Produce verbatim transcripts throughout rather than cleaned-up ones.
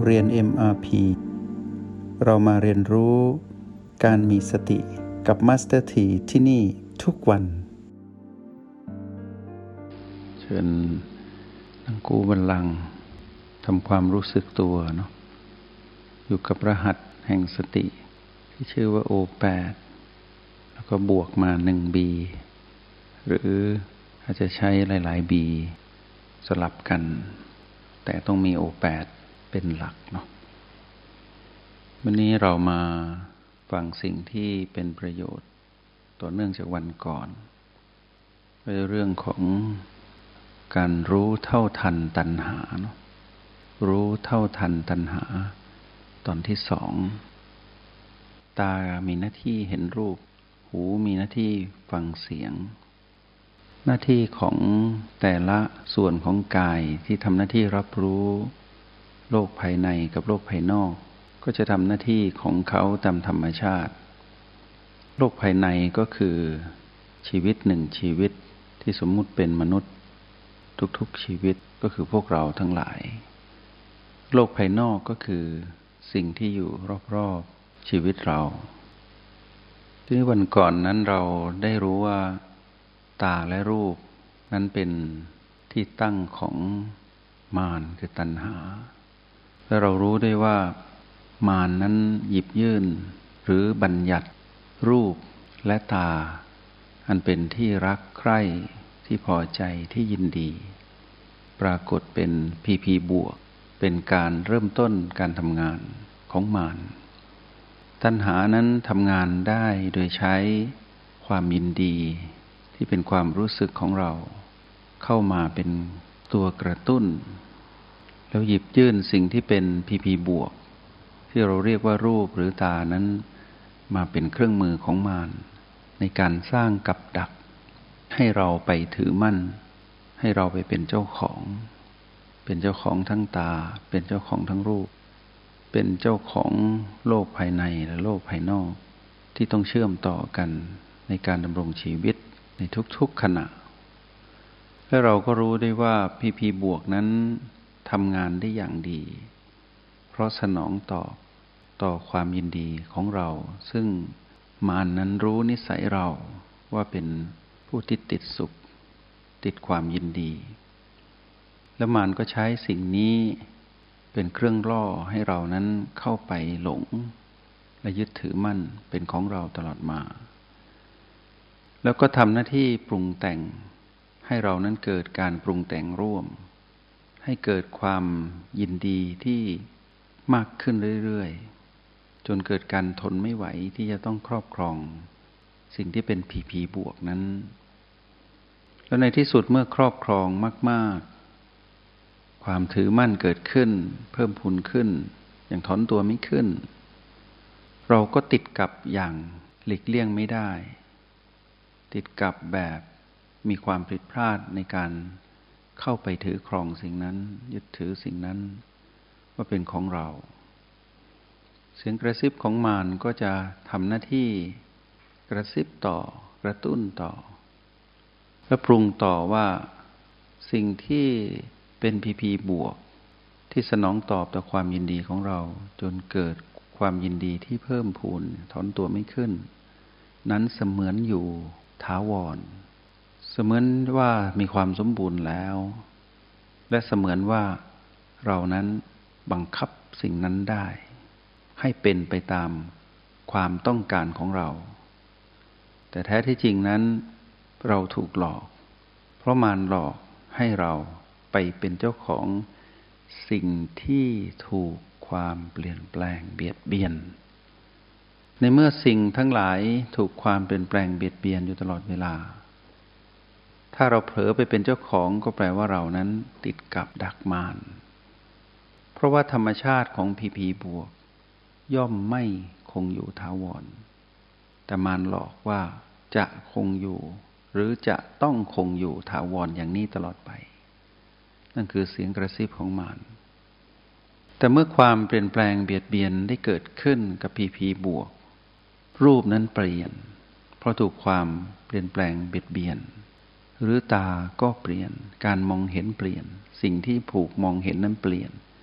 เรียน เอ็ม อาร์ พี เรามาเรียนรู้การมีสติกับ Master T ที่นี่ทุกวันเชิญนั่งคู่บัลลังก์ทำความรู้สึกตัวเนาะอยู่กับรหัสแห่งสติที่ชื่อว่า โอ แปด แล้วก็บวกมา หนึ่ง บี หรืออาจจะใช้หลายๆ บี สลับกันแต่ต้องมี โอ แปด เป็นหลักเนาะวันนี้เรามาฟังสิ่งที่เป็นประโยชน์ต่อเนื่องจากวันก่อนเป็นเรื่องของการรู้เท่าทันตัณหาเนาะรู้เท่าทันตัณหาตอนที่สองตามีหน้าที่เห็นรูปหูมีหน้าที่ฟังเสียงหน้าที่ของแต่ละส่วนของกายที่ทำหน้าที่รับรู้โลกภายในกับโลกภายนอกก็จะทำหน้าที่ของเขาตามธรรมชาติโลกภายในก็คือชีวิตหนึ่งชีวิตที่สมมุติเป็นมนุษย์ทุกๆชีวิตก็คือพวกเราทั้งหลายโลกภายนอกก็คือสิ่งที่อยู่รอบๆชีวิตเราทีนี้วันก่อนนั้นเราได้รู้ว่าตาและรูปนั้นเป็นที่ตั้งของมารคือตัณหาและเรารู้ได้ว่ามารนั้นหยิบยื่นหรือบัญญัติรูปและตาอันเป็นที่รักใคร่ที่พอใจที่ยินดีปรากฏเป็นพีพีบวกเป็นการเริ่มต้นการทำงานของมารตัณหานั้นทำงานได้โดยใช้ความยินดีที่เป็นความรู้สึกของเราเข้ามาเป็นตัวกระตุ้นแล้วหยิบยื่นสิ่งที่เป็นพีพีบวกที่เราเรียกว่ารูปหรือตานั้นมาเป็นเครื่องมือของมารในการสร้างกับดักให้เราไปถือมั่นให้เราไปเป็นเจ้าของเป็นเจ้าของทั้งตาเป็นเจ้าของทั้งรูปเป็นเจ้าของโลกภายในและโลกภายนอกที่ต้องเชื่อมต่อกันในการดำรงชีวิตในทุกๆขณะและเราก็รู้ได้ว่าพีพีบวกนั้นทำงานได้อย่างดีเพราะสนองตอบต่อความยินดีของเราซึ่งมารนั้นรู้นิสัยเราว่าเป็นผู้ที่ติดสุขติดความยินดีแล้วมารก็ใช้สิ่งนี้เป็นเครื่องล่อให้เรานั้นเข้าไปหลงและยึดถือมั่นเป็นของเราตลอดมาแล้วก็ทำหน้าที่ปรุงแต่งให้เรานั้นเกิดการปรุงแต่งร่วมให้เกิดความยินดีที่มากขึ้นเรื่อยๆจนเกิดการทนไม่ไหวที่จะต้องครอบครองสิ่งที่เป็นพีพีบวกนั้นแล้วในที่สุดเมื่อครอบครองมากๆความถือมั่นเกิดขึ้นเพิ่มพูนขึ้นอย่างถอนตัวไม่ขึ้นเราก็ติดกับอย่างหลีกเลี่ยงไม่ได้ติดกับแบบมีความผิดพลาดในการเข้าไปถือครองสิ่งนั้นยึดถือสิ่งนั้นว่าเป็นของเราเสียงกระซิบของมารก็จะทำหน้าที่กระซิบต่อกระตุ้นต่อและปรุงต่อว่าสิ่งที่เป็นพีพีบวกที่สนองตอบต่อความยินดีของเราจนเกิดความยินดีที่เพิ่มพูนถอนตัวไม่ขึ้นนั้นเสมือนอยู่ถาวรเสมือนว่ามีความสมบูรณ์แล้วและเสมือนว่าเรานั้นบังคับสิ่งนั้นได้ให้เป็นไปตามความต้องการของเราแต่แท้ที่จริงนั้นเราถูกหลอกเพราะมารหลอกให้เราไปเป็นเจ้าของสิ่งที่ถูกความเปลี่ยนแปลงเบียดเบียนในเมื่อสิ่งทั้งหลายถูกความเปลี่ยนแปลงเบียดเบียนอยู่ตลอดเวลาถ้าเราเผลอไปเป็นเจ้าของก็แปลว่าเรานั้นติดกับดักมารเพราะว่าธรรมชาติของพีพีบวกย่อมไม่คงอยู่ถาวรแต่มารหลอกว่าจะคงอยู่หรือจะต้องคงอยู่ถาวรอย่างนี้ตลอดไปนั่นคือเสียงกระซิบของมารแต่เมื่อความเปลี่ยนแปลงเบียดเบียนได้เกิดขึ้นกับพีพีบวกรูปนั้นเปลี่ยนเพราะถูกความเปลี่ยนแปลงเบียดเบียนหรือตาก็เปลี่ยนการมองเห็นเปลี่ยนสิ่งที่ผูกมองเห็นนั้นเปลี่ยนเพ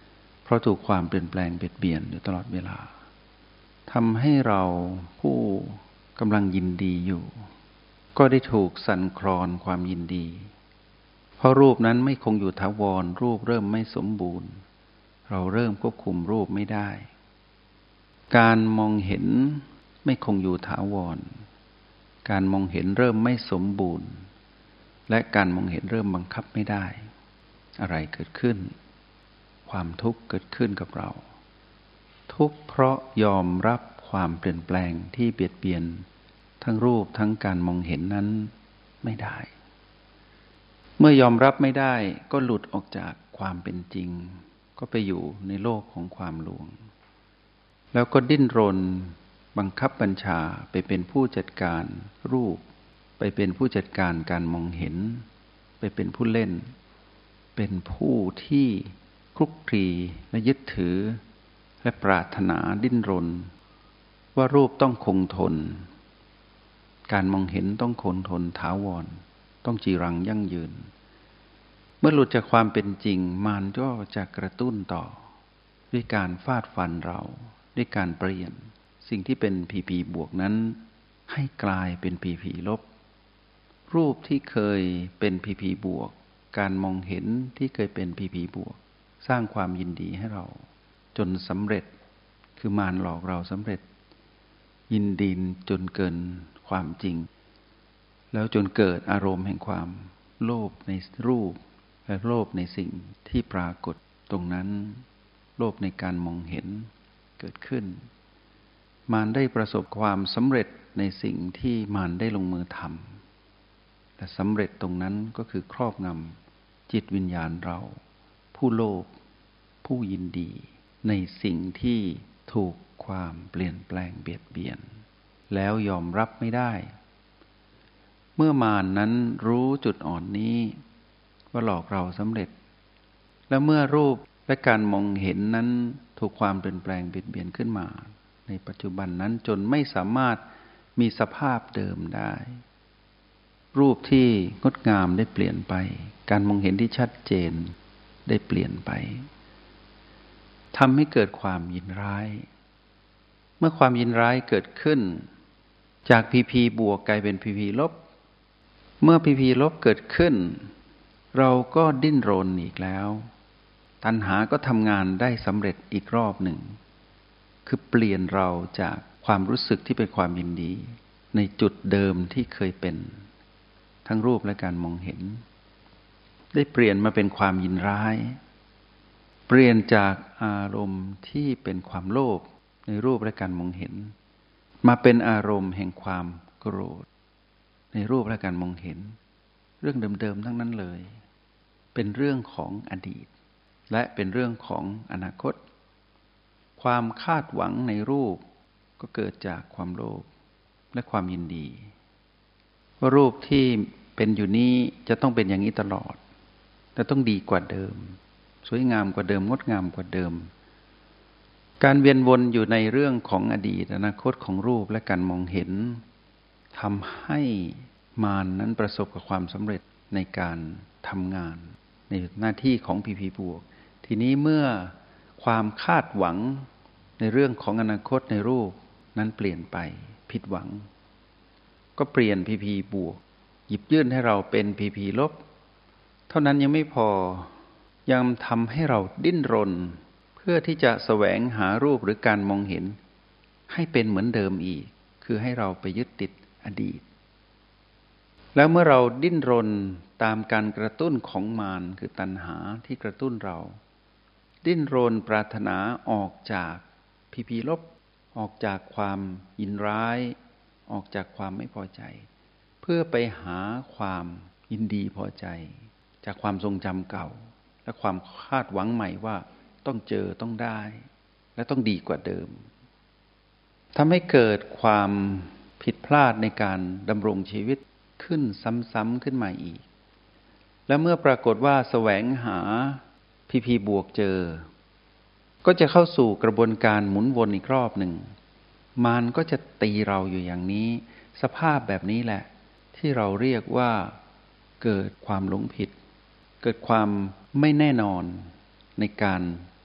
ราะถูกความเปลี่ยนแปลงเบียดเบียนอยู่ตลอดเวลาทำให้เราผู้กำลังยินดีอยู่ก็ได้ถูกสั่นคลอนความยินดีเพราะรูปนั้นไม่คงอยู่ถาวรรูปเริ่มไม่สมบูรณ์เราเริ่มควบคุมรูปไม่ได้การมองเห็นไม่คงอยู่ถาวรการมองเห็นเริ่มไม่สมบูรณ์และการมองเห็นเริ่มบังคับไม่ได้อะไรเกิดขึ้นความทุกข์เกิดขึ้นกับเราทุกข์เพราะยอมรับความเปลี่ยนแปลงที่เบียดเบียนทั้งรูปทั้งการมองเห็นนั้นไม่ได้เมื่อยอมรับไม่ได้ก็หลุดออกจากความเป็นจริงก็ไปอยู่ในโลกของความลวงแล้วก็ดิ้นรนบังคับบัญชาไปเป็นผู้จัดการรูปไปเป็นผู้จัดการการมองเห็นไปเป็นผู้เล่นเป็นผู้ที่คลุกคลีและยึดถือและปรารถนาดิ้นรนว่ารูปต้องคงทนการมองเห็นต้องคงทนถาวรต้องจีรังยั่งยืนเมื่อหลุดจากความเป็นจริงมารก็จะกระตุ้นต่อด้วยการฟาดฟันเราด้วยการเปลี่ยนสิ่งที่เป็นพีพีบวกนั้นให้กลายเป็นพีพีลบรูปที่เคยเป็นพีพีบวกการมองเห็นที่เคยเป็นพีพีบวกสร้างความยินดีให้เราจนสำเร็จคือมารหลอกเราสำเร็จยินดีจนเกินความจริงแล้วจนเกิดอารมณ์แห่งความโลภในรูปและโลภในสิ่งที่ปรากฏตรงนั้นโลภในการมองเห็นเกิดขึ้นมารได้ประสบความสำเร็จในสิ่งที่มารได้ลงมือทำแต่สำเร็จตรงนั้นก็คือครอบงำจิตวิญญาณเราผู้โลภผู้ยินดีในสิ่งที่ถูกความเปลี่ยนแปลงเบียดเบียนแล้วยอมรับไม่ได้เมื่อมารนั้นรู้จุดอ่อนนี้ว่าหลอกเราสำเร็จและเมื่อรูปและการมองเห็นนั้นถูกความเปลี่ยนแปลงเบียดเบียนขึ้นมาในปัจจุบันนั้นจนไม่สามารถมีสภาพเดิมได้รูปที่งดงามได้เปลี่ยนไปการมองเห็นที่ชัดเจนได้เปลี่ยนไปทำให้เกิดความยินร้ายเมื่อความยินร้ายเกิดขึ้นจากพีพีบวกกลายเป็นพีพีลบเมื่อพีพีลบเกิดขึ้นเราก็ดิ้นรนอีกแล้วตัณหาก็ทำงานได้สำเร็จอีกรอบหนึ่งคือเปลี่ยนเราจากความรู้สึกที่เป็นความยินดีในจุดเดิมที่เคยเป็นทั้งรูปและการมองเห็นได้เปลี่ยนมาเป็นความยินร้ายเปลี่ยนจากอารมณ์ที่เป็นความโลภในรูปและการมองเห็นมาเป็นอารมณ์แห่งความโกรธในรูปและการมองเห็นเรื่องเดิมๆทั้งนั้นเลยเป็นเรื่องของอดีตและเป็นเรื่องของอนาคตความคาดหวังในรูปก็เกิดจากความโลภและความยินดีว่ารูปที่เป็นอยู่นี้จะต้องเป็นอย่างนี้ตลอดแต่ต้องดีกว่าเดิมสวยงามกว่าเดิมงดงามกว่าเดิมการเวียนวนอยู่ในเรื่องของอดีตอนาคตของรูปและการมองเห็นทำให้มารนั้นประสบกับความสำเร็จในการทำงานในหน้าที่ของพีพีบวกทีนี้เมื่อความคาดหวังในเรื่องของอนาคตในรูปนั้นเปลี่ยนไปผิดหวังก็เปลี่ยนพีพีบวกหยิบยื่นให้เราเป็นพีพีลบเท่านั้นยังไม่พอยังทำให้เราดิ้นรนเพื่อที่จะแสวงหารูปหรือการมองเห็นให้เป็นเหมือนเดิมอีกคือให้เราไปยึดติดอดีตแล้วเมื่อเราดิ้นรนตามการกระตุ้นของมารคือตัณหาที่กระตุ้นเราดิ้นรนปรารถนาออกจากพีพีลบออกจากความยินร้ายออกจากความไม่พอใจเพื่อไปหาความยินดีพอใจจากความทรงจำเก่าและความคาดหวังใหม่ว่าต้องเจอต้องได้และต้องดีกว่าเดิมทำให้เกิดความผิดพลาดในการดำรงชีวิตขึ้นซ้ำๆขึ้นมาอีกและเมื่อปรากฏว่าแสวงหาพีพีบวกเจอก็จะเข้าสู่กระบวนการหมุนวนอีกรอบหนึ่งมารก็จะตีเราอยู่อย่างนี้สภาพแบบนี้แหละที่เราเรียกว่าเกิดความหลงผิดเกิดความไม่แน่นอนในการ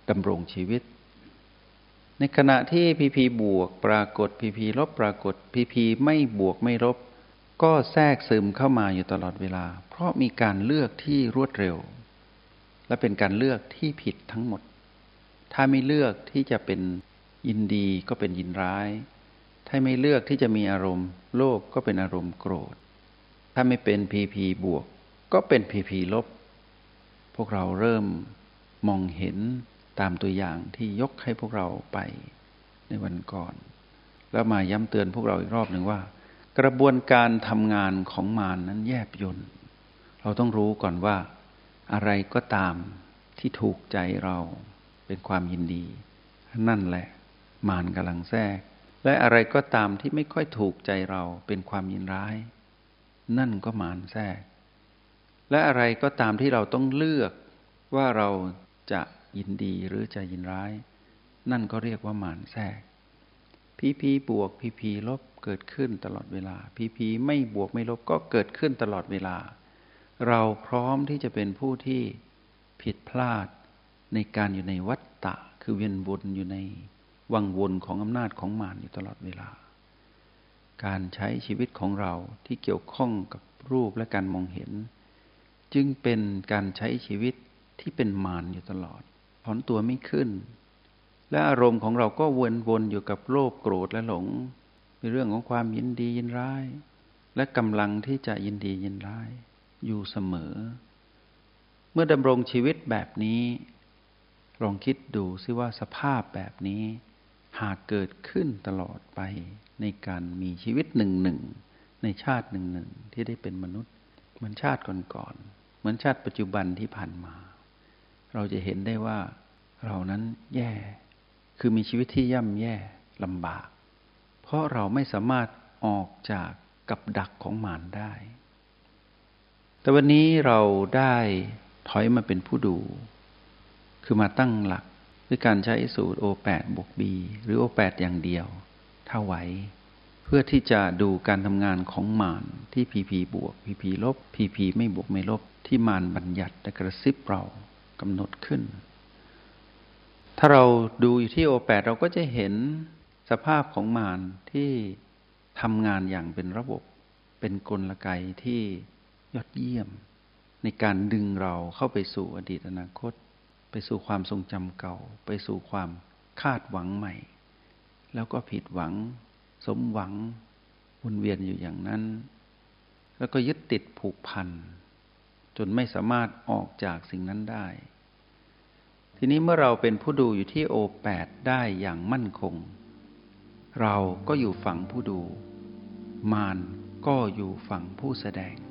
ดำรงชีวิตในขณะที่พีพีบวกปรากฏพีพีลบปรากฏพีพีไม่บวกไม่ลบก็แทรกซึมเข้ามาอยู่ตลอดเวลาเพราะมีการเลือกที่รวดเร็วและเป็นการเลือกที่ผิดทั้งหมดถ้าไม่เลือกที่จะเป็นยินดีก็เป็นยินร้ายถ้าไม่เลือกที่จะมีอารมณ์โลภก็เป็นอารมณ์โกรธถ้าไม่เป็นพีพีบวกก็เป็นพีพีลบพวกเราเริ่มมองเห็นตามตัวอย่างที่ยกให้พวกเราไปในวันก่อนแล้วมาย้ำเตือนพวกเราอีกรอบหนึ่งว่ากระบวนการทำงานของมารนั้นแยบยลเราต้องรู้ก่อนว่าอะไรก็ตามที่ถูกใจเราเป็นความยินดีนั่นแหละมารกำลังแทรกและอะไรก็ตามที่ไม่ค่อยถูกใจเราเป็นความยินร้ายนั่นก็มารแทรกและอะไรก็ตามที่เราต้องเลือกว่าเราจะยินดีหรือจะยินร้ายนั่นก็เรียกว่ามารแทรกพีพีบวกพีพีลบเกิดขึ้นตลอดเวลาพีพีไม่บวกไม่ลบก็เกิดขึ้นตลอดเวลาเราพร้อมที่จะเป็นผู้ที่ผิดพลาดในการอยู่ในวัฏฏะคือเวียนวนอยู่ในวังวนของอำนาจของมารอยู่ตลอดเวลาการใช้ชีวิตของเราที่เกี่ยวข้องกับรูปและการมองเห็นจึงเป็นการใช้ชีวิตที่เป็นมารอยู่ตลอดถอนตัวไม่ขึ้นและอารมณ์ของเราก็วนวนอยู่กับโลภโกรธและหลงเป็นเรื่องของความยินดียินร้ายและกำลังที่จะยินดียินร้ายอยู่เสมอเมื่อดำรงชีวิตแบบนี้ลองคิดดูซิว่าสภาพแบบนี้หากเกิดขึ้นตลอดไปในการมีชีวิตหนึ่งหนึ่งในชาติหนึ่งหนึ่งที่ได้เป็นมนุษย์เหมือนชาติก่อนๆเหมือนชาติปัจจุบันที่ผ่านมาเราจะเห็นได้ว่าเรานั้นแย่คือมีชีวิตที่ย่ำแย่ลำบากเพราะเราไม่สามารถออกจากกับดักของมารได้แต่วันนี้เราได้ถอยมาเป็นผู้ดูคือมาตั้งหลักด้วยการใช้สูตร โอ แปด บวก B หรือ โอ แปด อย่างเดียวถ้าไหวเพื่อที่จะดูการทำงานของมารที่ พี พี บวก พี พี ลบ พี พี ไม่บวกไม่ลบที่มารบัญญัติและกระซิบเรากำหนดขึ้นถ้าเราดูอยู่ที่ โอ แปด เราก็จะเห็นสภาพของมารที่ทำงานอย่างเป็นระบบเป็นกลไกที่ยอดเยี่ยมในการดึงเราเข้าไปสู่อดีตอนาคตไปสู่ความทรงจำเก่าไปสู่ความคาดหวังใหม่แล้วก็ผิดหวังสมหวังวนเวียนอยู่อย่างนั้นแล้วก็ยึดติดผูกพันจนไม่สามารถออกจากสิ่งนั้นได้ทีนี้เมื่อเราเป็นผู้ดูอยู่ที่ โอ แปด ได้อย่างมั่นคงเราก็อยู่ฝั่งผู้ดูมารก็อยู่ฝั่งผู้แสดง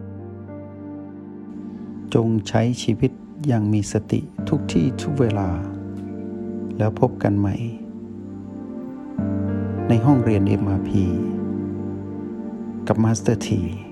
จงใช้ชีวิตอย่างมีสติทุกที่ทุกเวลาแล้วพบกันใหม่ในห้องเรียน เอ็ม อาร์ พี กับมาสเตอร์ ที